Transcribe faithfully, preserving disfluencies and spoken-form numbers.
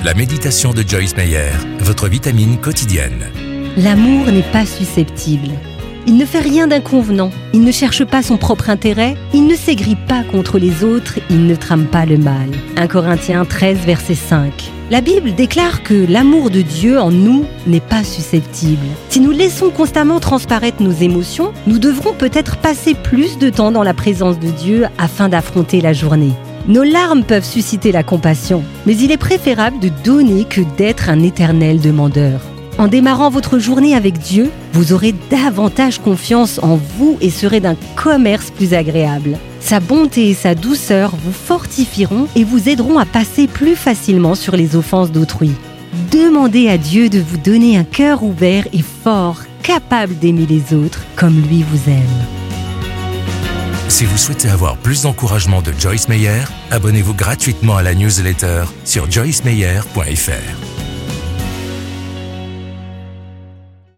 La méditation de Joyce Meyer, votre vitamine quotidienne. L'amour n'est pas susceptible. Il ne fait rien d'inconvenant. Il ne cherche pas son propre intérêt. Il ne s'aigrit pas contre les autres. Il ne trame pas le mal. un Corinthiens treize, verset cinq. La Bible déclare que l'amour de Dieu en nous n'est pas susceptible. Si nous laissons constamment transparaître nos émotions, nous devrons peut-être passer plus de temps dans la présence de Dieu afin d'affronter la journée. Nos larmes peuvent susciter la compassion, mais il est préférable de donner que d'être un éternel demandeur. En démarrant votre journée avec Dieu, vous aurez davantage confiance en vous et serez d'un commerce plus agréable. Sa bonté et sa douceur vous fortifieront et vous aideront à passer plus facilement sur les offenses d'autrui. Demandez à Dieu de vous donner un cœur ouvert et fort, capable d'aimer les autres comme lui vous aime. Si vous souhaitez avoir plus d'encouragement de Joyce Meyer, abonnez-vous gratuitement à la newsletter sur joyce meyer point f r.